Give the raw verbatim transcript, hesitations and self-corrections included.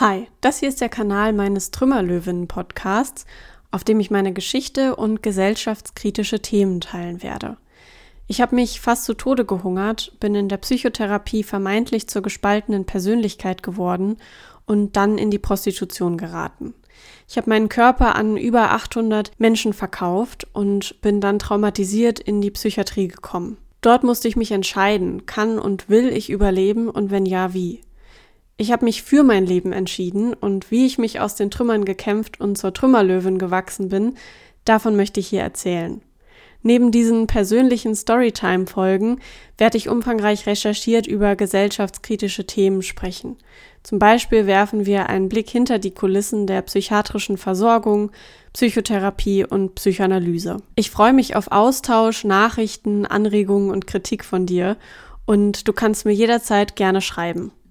Hi, das hier ist der Kanal meines Trümmerlöwinnen-Podcasts, auf dem ich meine Geschichte und gesellschaftskritische Themen teilen werde. Ich habe mich fast zu Tode gehungert, bin in der Psychotherapie vermeintlich zur gespaltenen Persönlichkeit geworden und dann in die Prostitution geraten. Ich habe meinen Körper an über achthundert Menschen verkauft und bin dann traumatisiert in die Psychiatrie gekommen. Dort musste ich mich entscheiden, kann und will ich überleben und wenn ja, wie? Ich habe mich für mein Leben entschieden und wie ich mich aus den Trümmern gekämpft und zur Trümmerlöwin gewachsen bin, davon möchte ich hier erzählen. Neben diesen persönlichen Storytime-Folgen werde ich umfangreich recherchiert über gesellschaftskritische Themen sprechen. Zum Beispiel werfen wir einen Blick hinter die Kulissen der psychiatrischen Versorgung, Psychotherapie und Psychoanalyse. Ich freue mich auf Austausch, Nachrichten, Anregungen und Kritik von dir und du kannst mir jederzeit gerne schreiben.